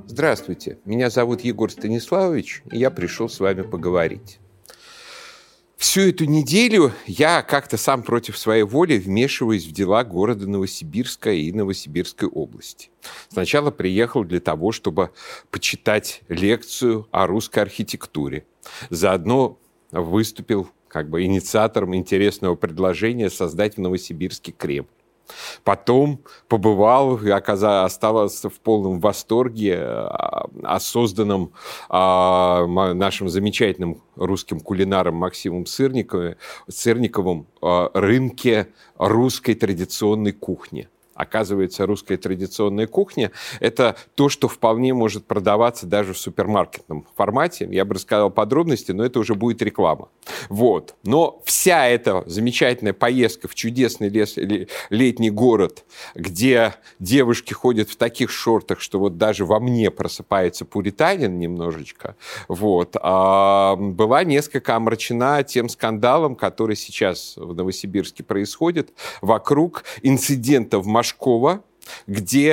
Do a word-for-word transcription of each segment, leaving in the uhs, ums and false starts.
Здравствуйте, меня зовут Егор Станиславович, и я пришел с вами поговорить. Всю эту неделю я как-то сам против своей воли вмешиваюсь в дела города Новосибирска и Новосибирской области. Сначала приехал для того, чтобы почитать лекцию о русской архитектуре. Заодно выступил как бы инициатором интересного предложения создать в Новосибирске Кремль. Потом побывал и остался в полном восторге о созданном а, нашим замечательным русским кулинаром Максимом Сырниковым, Сырниковым а, рынке русской традиционной кухни. Оказывается, русская традиционная кухня – это то, что вполне может продаваться даже в супермаркетном формате. Я бы рассказал подробности, но это уже будет реклама. Вот. Но вся эта замечательная поездка в чудесный лес, летний город, где девушки ходят в таких шортах, что вот даже во мне просыпается пуританин немножечко, вот, а была несколько омрачена тем скандалом, который сейчас в Новосибирске происходит вокруг инцидента в Машково, где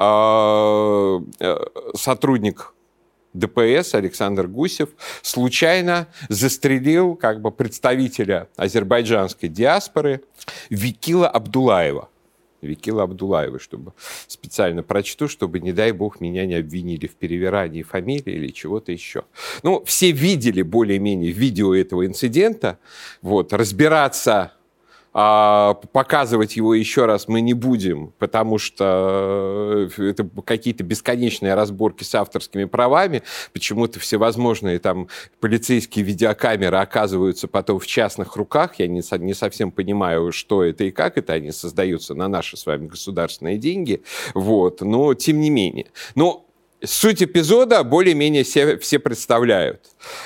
э, сотрудник ДПС Александр Гусев случайно застрелил как бы представителя азербайджанской диаспоры Викила Абдулаева. Викила Абдулаева, чтобы специально прочту, чтобы, не дай бог, меня не обвинили в перевирании фамилии или чего-то еще. Ну, все видели более-менее видео этого инцидента. Вот, разбираться... А показывать его еще раз мы не будем, потому что это какие-то бесконечные разборки с авторскими правами. Почему-то всевозможные там полицейские видеокамеры оказываются потом в частных руках. Я не, не совсем понимаю, что это и как это. Они создаются на наши с вами государственные деньги. Вот. Но тем не менее. Но суть эпизода более-менее все, все представляют.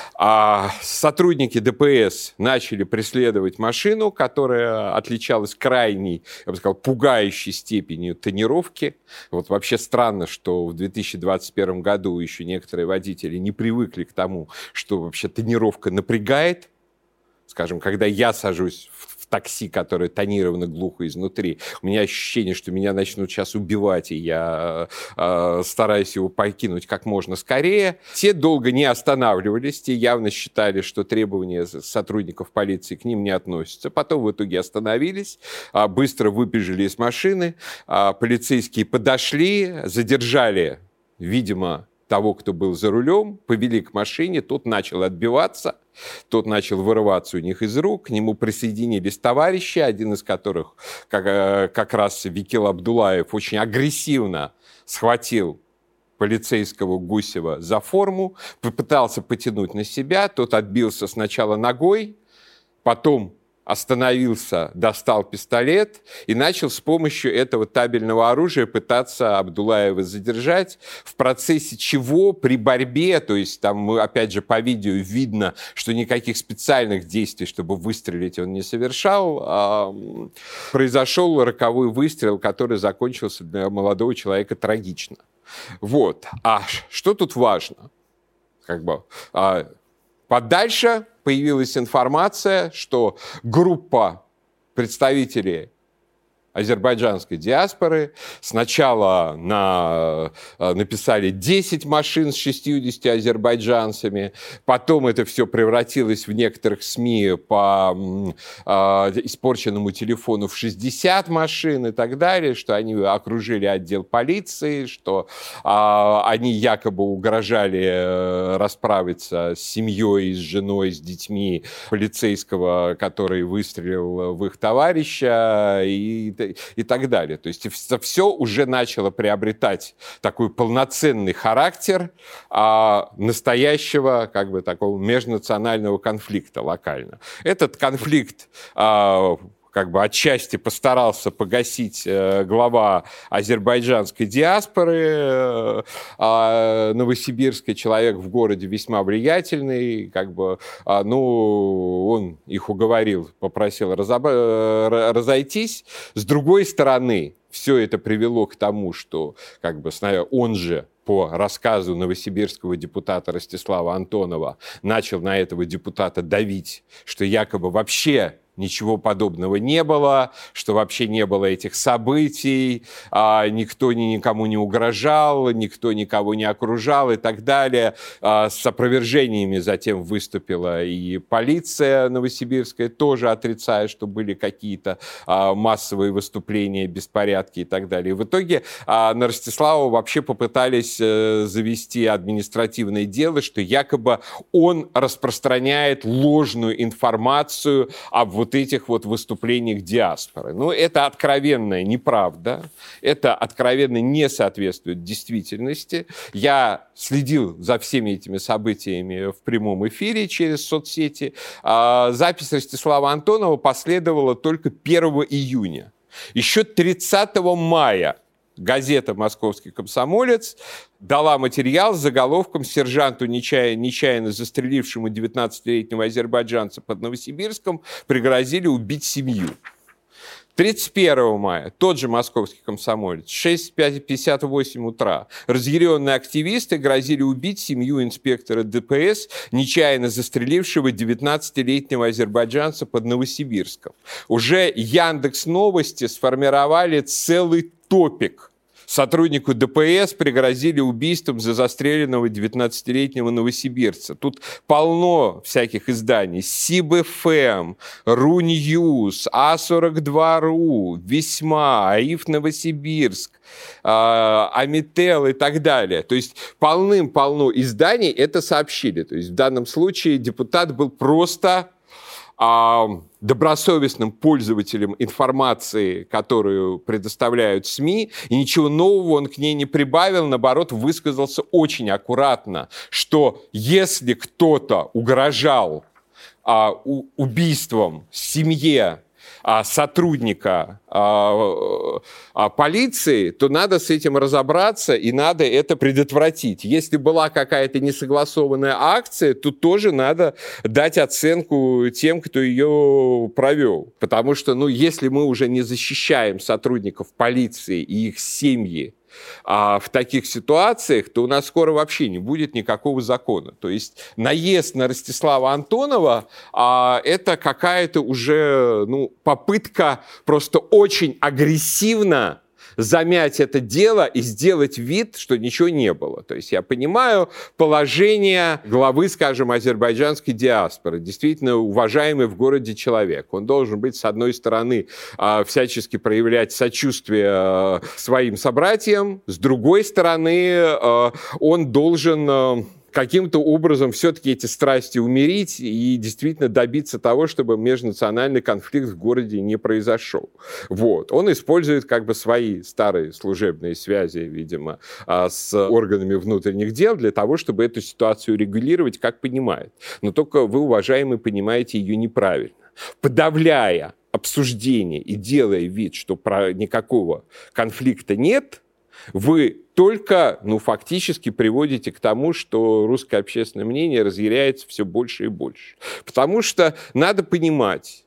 А сотрудники ДПС начали преследовать машину, которая отличалась крайней, я бы сказал, пугающей степенью тонировки. Вот вообще странно, что в две тысячи двадцать первом году еще некоторые водители не привыкли к тому, что вообще тонировка напрягает. Скажем, когда я сажусь в такси, которое тонировано глухо изнутри, у меня ощущение, что меня начнут сейчас убивать, и я э, стараюсь его покинуть как можно скорее. Те долго не останавливались, те явно считали, что требования сотрудников полиции к ним не относятся. Потом в итоге остановились, э, быстро выбежали из машины, э, полицейские подошли, задержали, видимо, того, кто был за рулем, повели к машине, тот начал отбиваться, тот начал вырываться у них из рук, к нему присоединились товарищи, один из которых, как, как раз Викил Абдулаев, очень агрессивно схватил полицейского Гусева за форму, попытался потянуть на себя, тот отбился сначала ногой, потом остановился, достал пистолет и начал с помощью этого табельного оружия пытаться Абдулаева задержать, в процессе чего при борьбе, то есть там, опять же, по видео видно, что никаких специальных действий, чтобы выстрелить, он не совершал, а произошел роковой выстрел, который закончился для молодого человека трагично. Вот. А что тут важно? Как бы... А, подальше появилась информация, что группа представителей азербайджанской диаспоры сначала на, написали десять машин с шестьюдесятью азербайджанцами, потом это все превратилось в некоторых СМИ по э, испорченному телефону в шестьдесят машин и так далее, что они окружили отдел полиции, что э, они якобы угрожали э, расправиться с семьей, с женой, с детьми полицейского, который выстрелил в их товарища, и и так далее. То есть все уже начало приобретать такой полноценный характер а, настоящего как бы такого межнационального конфликта локально. Этот конфликт а, как бы отчасти постарался погасить э, глава азербайджанской диаспоры, э, новосибирский человек в городе весьма влиятельный, как бы, э, ну, он их уговорил, попросил разоб- разойтись. С другой стороны, все это привело к тому, что, как бы, он же, по рассказу новосибирского депутата Ростислава Антонова, начал на этого депутата давить, что якобы вообще ничего подобного не было, что вообще не было этих событий, а, никто ни, никому не угрожал, никто никого не окружал и так далее. А, с опровержениями затем выступила и полиция новосибирская, тоже отрицая, что были какие-то а, массовые выступления, беспорядки и так далее. И в итоге а, на Ростислава вообще попытались а, завести административное дело, что якобы он распространяет ложную информацию об вот этих вот выступлениях диаспоры. Ну, это откровенная неправда, это откровенно не соответствует действительности. Я следил за всеми этими событиями в прямом эфире через соцсети. Запись Ростислава Антонова последовала только первого июня. Еще тридцатого мая газета «Московский комсомолец» дала материал с заголовком «Сержанту, нечаянно, нечаянно застрелившему девятнадцатилетнего азербайджанца под Новосибирском, пригрозили убить семью». тридцать первого мая тот же «Московский комсомолец», шесть пятьдесят восемь утра, разъяренные активисты грозили убить семью инспектора ДПС, нечаянно застрелившего девятнадцатилетнего азербайджанца под Новосибирском. Уже Яндекс.Новости сформировали целый топик. Сотруднику ДПС пригрозили убийством за застреленного девятнадцатилетнего новосибирца. Тут полно всяких изданий. СибЭФМ, РУ-Ньюс, А сорок два РУ, Весьма, АИФ Новосибирск, Амител и так далее. То есть полным-полно изданий это сообщили. То есть в данном случае депутат был просто добросовестным пользователем информации, которую предоставляют СМИ, и ничего нового он к ней не прибавил, наоборот, высказался очень аккуратно, что если кто-то угрожал а, у, убийством семье а, сотрудника а, а, полиции, то надо с этим разобраться и надо это предотвратить. Если была какая-то несогласованная акция, то тоже надо дать оценку тем, кто ее провел. Потому что, ну, если мы уже не защищаем сотрудников полиции и их семьи а в таких ситуациях, то у нас скоро вообще не будет никакого закона. То есть наезд на Ростислава Антонова а, это какая-то уже ну, попытка просто очень агрессивно замять это дело и сделать вид, что ничего не было. То есть я понимаю положение главы, скажем, азербайджанской диаспоры, действительно уважаемый в городе человек. Он должен быть, с одной стороны, всячески проявлять сочувствие своим собратьям, с другой стороны, он должен каким-то образом все-таки эти страсти умерить и действительно добиться того, чтобы межнациональный конфликт в городе не произошел. Вот. Он использует как бы свои старые служебные связи, видимо, с органами внутренних дел для того, чтобы эту ситуацию регулировать, как понимает. Но только вы, уважаемые, понимаете ее неправильно. Подавляя обсуждение и делая вид, что про никакого конфликта нет, вы только, ну, фактически приводите к тому, что русское общественное мнение разъяряется все больше и больше. Потому что надо понимать,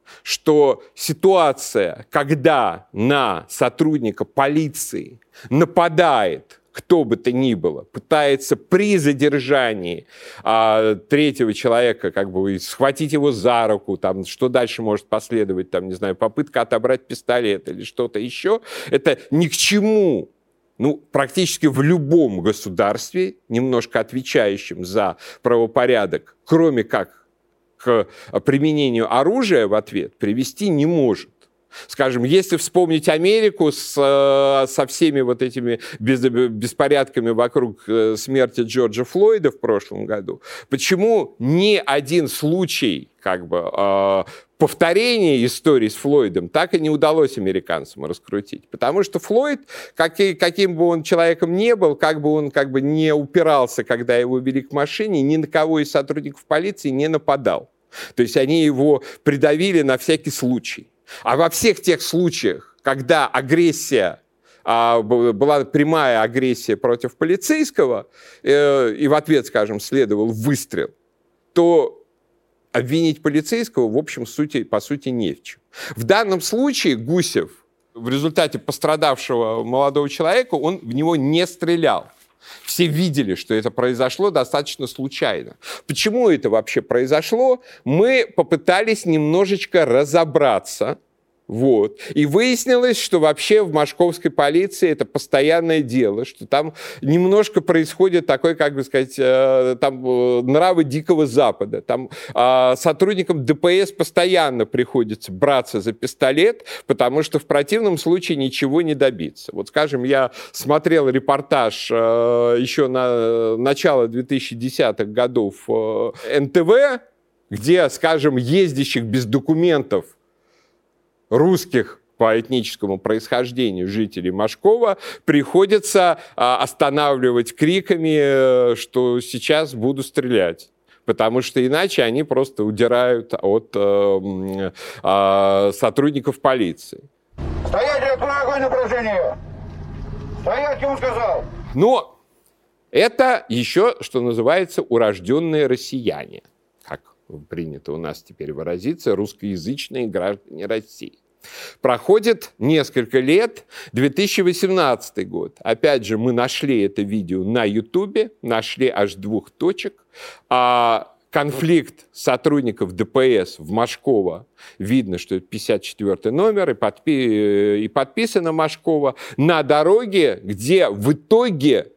что ситуация, когда на сотрудника полиции нападает кто бы то ни было, пытается при задержании а, третьего человека как бы схватить его за руку, там, что дальше может последовать, там, не знаю, попытка отобрать пистолет или что-то еще, это ни к чему. Ну, практически в любом государстве, немножко отвечающем за правопорядок, кроме как к применению оружия в ответ, привести не может. Скажем, если вспомнить Америку с, со всеми вот этими беспорядками вокруг смерти Джорджа Флойда в прошлом году, почему ни один случай как бы повторения истории с Флойдом так и не удалось американцам раскрутить? Потому что Флойд, как и, каким бы он человеком ни был, как бы он как бы не упирался, когда его вели к машине, ни на кого из сотрудников полиции не нападал. То есть они его придавили на всякий случай. А во всех тех случаях, когда агрессия, а, была прямая агрессия против полицейского, э, и в ответ, скажем, следовал выстрел, то обвинить полицейского, в общем, сути, по сути, не в чем. В данном случае Гусев в результате пострадавшего молодого человека, он в него не стрелял. Все видели, что это произошло достаточно случайно. Почему это вообще произошло? Мы попытались немножечко разобраться. Вот. И выяснилось, что вообще в московской полиции это постоянное дело, что там немножко происходит такой, как бы сказать, э, там э, нравы Дикого Запада. Там э, сотрудникам ДПС постоянно приходится браться за пистолет, потому что в противном случае ничего не добиться. Вот, скажем, я смотрел репортаж э, еще на начало две тысячи десятых годов э, эн тэ вэ, где, скажем, ездящих без документов русских по этническому происхождению жителей Мошкова приходится а, останавливать криками, что сейчас буду стрелять. Потому что иначе они просто удирают от а, а, сотрудников полиции. Стоять, открой огонь на поражение! Стоять, ему сказал! Но это еще, что называется, урожденные россияне, как принято у нас теперь выразиться, русскоязычные граждане России. Проходит несколько лет, две тысячи восемнадцатый год. Опять же, мы нашли это видео на Ютубе, нашли аж двух точек. А конфликт сотрудников ДПС в Мошково, видно, что это пятьдесят четвёртый номер, и, подпи- и подписано Мошково, на дороге, где в итоге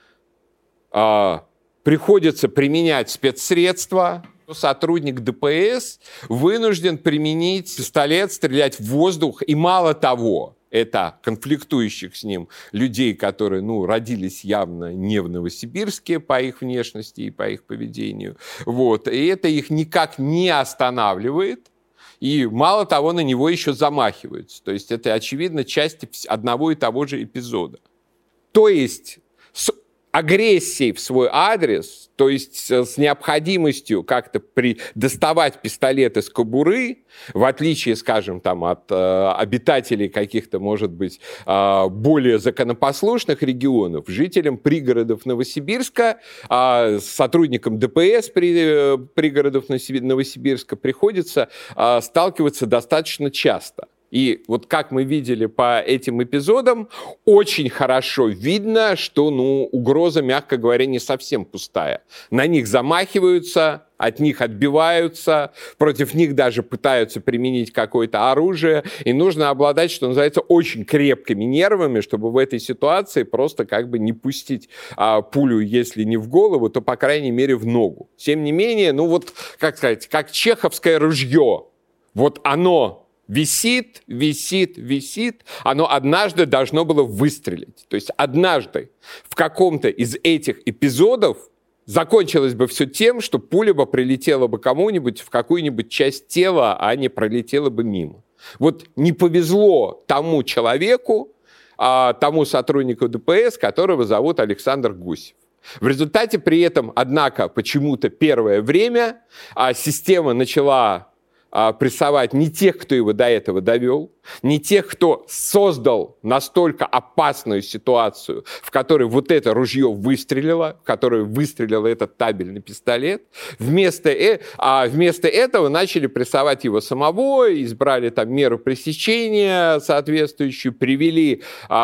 а, приходится применять спецсредства. Сотрудник ДПС вынужден применить пистолет, стрелять в воздух, и мало того, это конфликтующих с ним людей, которые, ну, родились явно не в Новосибирске по их внешности и по их поведению, вот, и это их никак не останавливает, и мало того, на него еще замахиваются, то есть это, очевидно, часть одного и того же эпизода. То есть с агрессией в свой адрес, то есть с необходимостью как-то при... доставать пистолет из кобуры, в отличие, скажем, там, от э, обитателей каких-то, может быть, э, более законопослушных регионов, жителям пригородов Новосибирска, э, сотрудникам ДПС при, э, пригородов Новосибирска приходится э, сталкиваться достаточно часто. И вот как мы видели по этим эпизодам, очень хорошо видно, что, ну, угроза, мягко говоря, не совсем пустая. На них замахиваются, от них отбиваются, против них даже пытаются применить какое-то оружие. И нужно обладать, что называется, очень крепкими нервами, чтобы в этой ситуации просто как бы не пустить а, пулю, если не в голову, то, по крайней мере, в ногу. Тем не менее, ну вот, как сказать, как чеховское ружье, вот оно... Висит, висит, висит, оно однажды должно было выстрелить. То есть однажды в каком-то из этих эпизодов закончилось бы все тем, что пуля бы прилетела бы кому-нибудь в какую-нибудь часть тела, а не пролетела бы мимо. Вот не повезло тому человеку, тому сотруднику ДПС, которого зовут Александр Гусев. В результате при этом, однако, почему-то первое время система начала прессовать не тех, кто его до этого довел, не тех, кто создал настолько опасную ситуацию, в которой вот это ружье выстрелило, в которой выстрелил этот табельный пистолет. Вместо, э, а вместо этого начали прессовать его самого, избрали там меру пресечения соответствующую, привели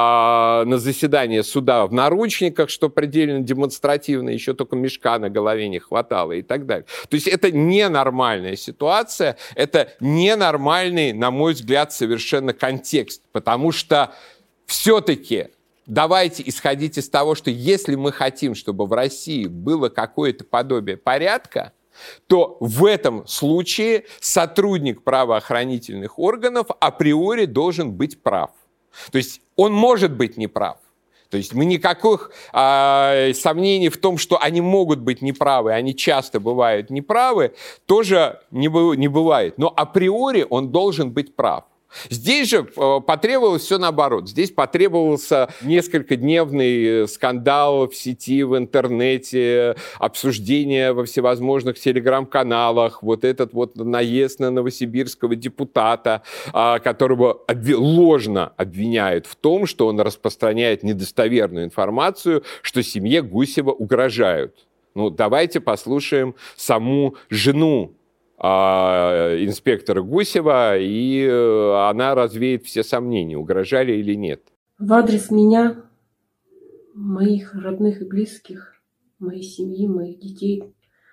а, на заседание суда в наручниках, что предельно демонстративно, еще только мешка на голове не хватало и так далее. То есть это ненормальная ситуация, это ненормальный, на мой взгляд, совершенно контекст, потому что все-таки давайте исходить из того, что если мы хотим, чтобы в России было какое-то подобие порядка, то в этом случае сотрудник правоохранительных органов априори должен быть прав. То есть он может быть неправ. То есть мы никаких э, сомнений в том, что они могут быть неправы, они часто бывают неправы, тоже не, не бывает. Но априори он должен быть прав. Здесь же потребовалось все наоборот. Здесь потребовался несколькодневный скандал в сети, в интернете, обсуждение во всевозможных телеграм-каналах, вот этот вот наезд на новосибирского депутата, которого ложно обвиняют в том, что он распространяет недостоверную информацию, что семье Гусева угрожают. Ну, давайте послушаем саму жену инспектора Гусева, и она развеет все сомнения, угрожали или нет. В адрес меня моих родных и близких, моей семьи, моих детей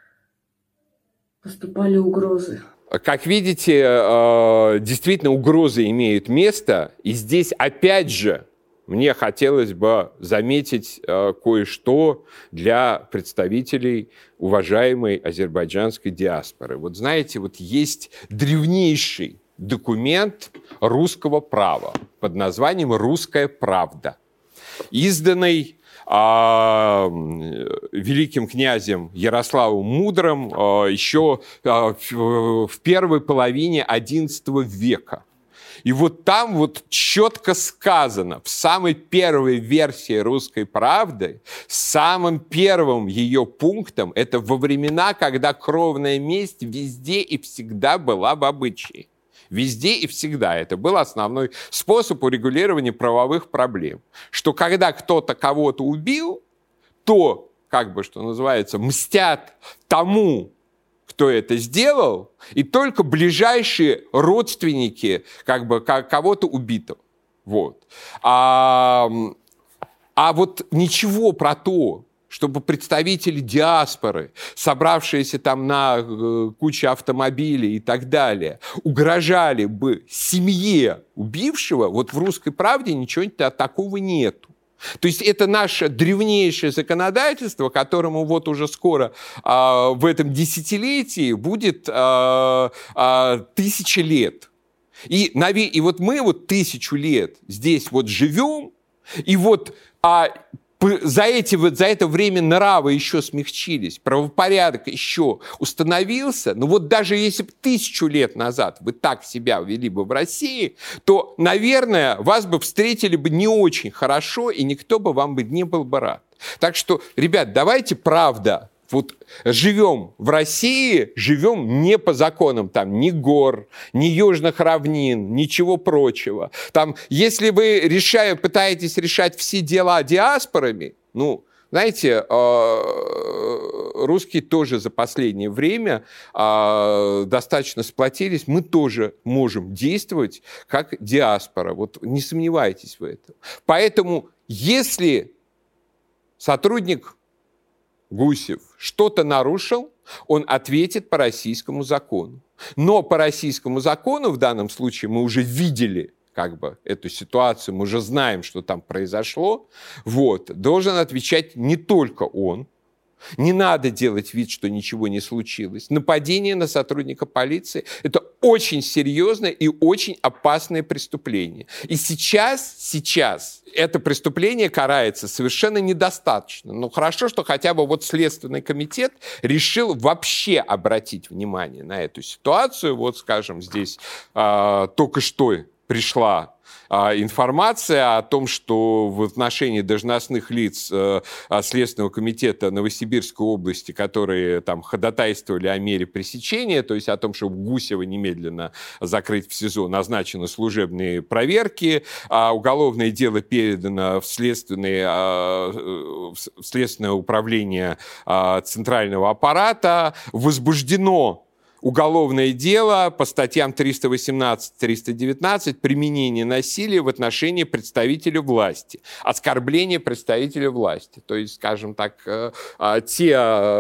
поступали угрозы. Как видите, действительно угрозы имеют место, и здесь опять же мне хотелось бы заметить кое-что для представителей уважаемой азербайджанской диаспоры. Вот знаете, вот есть древнейший документ русского права под названием «Русская правда», изданный а, великим князем Ярославом Мудрым а, еще а, в, в первой половине одиннадцатого века. И вот там вот четко сказано, в самой первой версии «Русской правды», самым первым ее пунктом, это во времена, когда кровная месть везде и всегда была в обычае. Везде и всегда это был основной способ урегулирования правовых проблем. Что когда кто-то кого-то убил, то, как бы, что называется, мстят тому, кто это сделал, и только ближайшие родственники как бы, кого-то убитого. Вот. А, а вот ничего про то, чтобы представители диаспоры, собравшиеся там на э, куче автомобилей и так далее, угрожали бы семье убившего, вот в «Русской правде» ничего такого нету. То есть это наше древнейшее законодательство, которому вот уже скоро э, в этом десятилетии будет э, э, тысяча лет. И, и вот мы вот тысячу лет здесь вот живем, и вот а, за, эти, вот, за это время нравы еще смягчились, правопорядок еще установился, но вот даже если бы тысячу лет назад вы так себя вели бы в России, то, наверное, вас бы встретили бы не очень хорошо, и никто бы вам бы не был бы рад. Так что, ребят, давайте правда. Вот живем в России, живем не по законам там ни гор, ни южных равнин, ничего прочего. Там, если вы решая, пытаетесь решать все дела диаспорами, ну, знаете, русские тоже за последнее время достаточно сплотились, мы тоже можем действовать как диаспора. Вот не сомневайтесь в этом. Поэтому, если сотрудник Гусев что-то нарушил, он ответит по российскому закону. Но по российскому закону в данном случае мы уже видели как бы эту ситуацию, мы уже знаем, что там произошло. Вот, должен отвечать не только он. Не надо делать вид, что ничего не случилось. Нападение на сотрудника полиции – это очень серьезное и очень опасное преступление. И сейчас, сейчас это преступление карается совершенно недостаточно. Но хорошо, что хотя бы вот Следственный комитет решил вообще обратить внимание на эту ситуацию. Вот, скажем, здесь э, только что пришла информация о том, что в отношении должностных лиц Следственного комитета Новосибирской области, которые там ходатайствовали о мере пресечения, то есть о том, чтобы Гусева немедленно закрыть в СИЗО, назначены служебные проверки, а уголовное дело передано в следственное, в следственное управление центрального аппарата, возбуждено уголовное дело по статьям триста восемнадцать — триста девятнадцать «Применение насилия в отношении представителя власти», «Оскорбление представителя власти». То есть, скажем так, те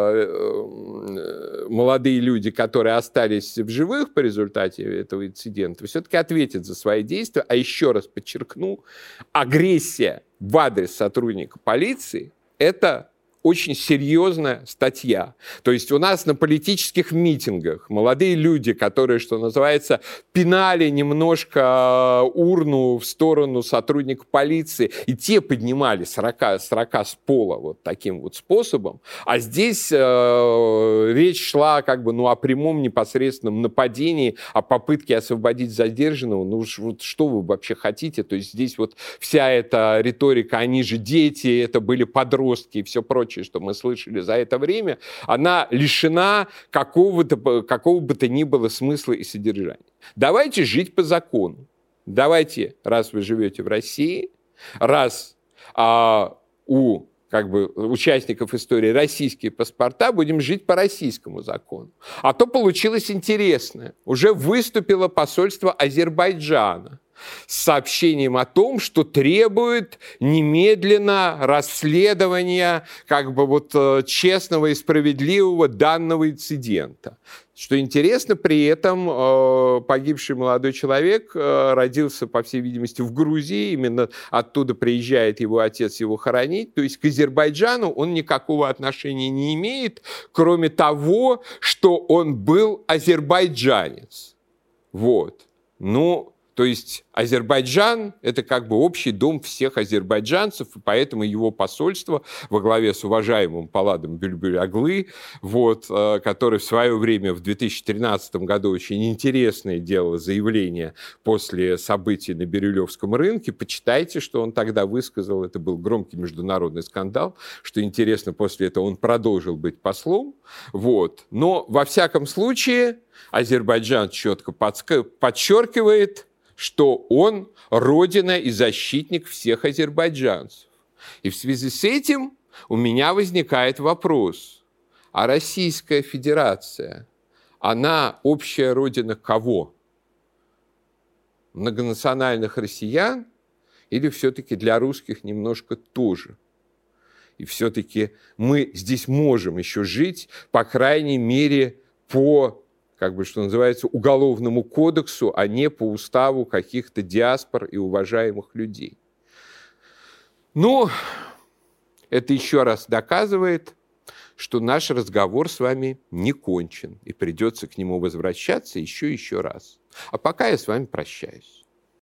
молодые люди, которые остались в живых по результате этого инцидента, все-таки ответят за свои действия. А еще раз подчеркну, агрессия в адрес сотрудника полиции – это очень серьезная статья. То есть у нас на политических митингах молодые люди, которые, что называется, пинали немножко урну в сторону сотрудника полиции, и те поднимали сорока с пола вот таким вот способом. А здесь э, речь шла как бы ну, о прямом непосредственном нападении, о попытке освободить задержанного. Ну вот что вы вообще хотите? То есть здесь вот вся эта риторика, они же дети, это были подростки и все прочее, что мы слышали за это время, она лишена какого-то, какого бы то ни было смысла и содержания. Давайте жить по закону. Давайте, раз вы живете в России, раз а, у как бы, участников истории российские паспорта, будем жить по российскому закону. А то получилось интересное. Уже выступило посольство Азербайджана с сообщением о том, что требует немедленно расследования как бы вот честного и справедливого данного инцидента. Что интересно, при этом погибший молодой человек родился, по всей видимости, в Грузии, именно оттуда приезжает его отец его хоронить, то есть к Азербайджану он никакого отношения не имеет, кроме того, что он был азербайджанец. Вот. Ну, то есть Азербайджан – это как бы общий дом всех азербайджанцев, и поэтому его посольство во главе с уважаемым Паладом Бюльбюль-Аглы, вот, который в свое время в две тысячи тринадцатом году очень интересное делало заявление после событий на Бирюлевском рынке. Почитайте, что он тогда высказал. Это был громкий международный скандал. Что интересно, после этого он продолжил быть послом. Вот. Но во всяком случае Азербайджан четко подчеркивает, что он родина и защитник всех азербайджанцев. И в связи с этим у меня возникает вопрос, а Российская Федерация, она общая родина кого? Многонациональных россиян или все-таки для русских немножко тоже? И все-таки мы здесь можем еще жить, по крайней мере, по как бы, что называется, уголовному кодексу, а не по уставу каких-то диаспор и уважаемых людей. Ну, это еще раз доказывает, что наш разговор с вами не кончен, и придется к нему возвращаться еще и еще раз. А пока я с вами прощаюсь.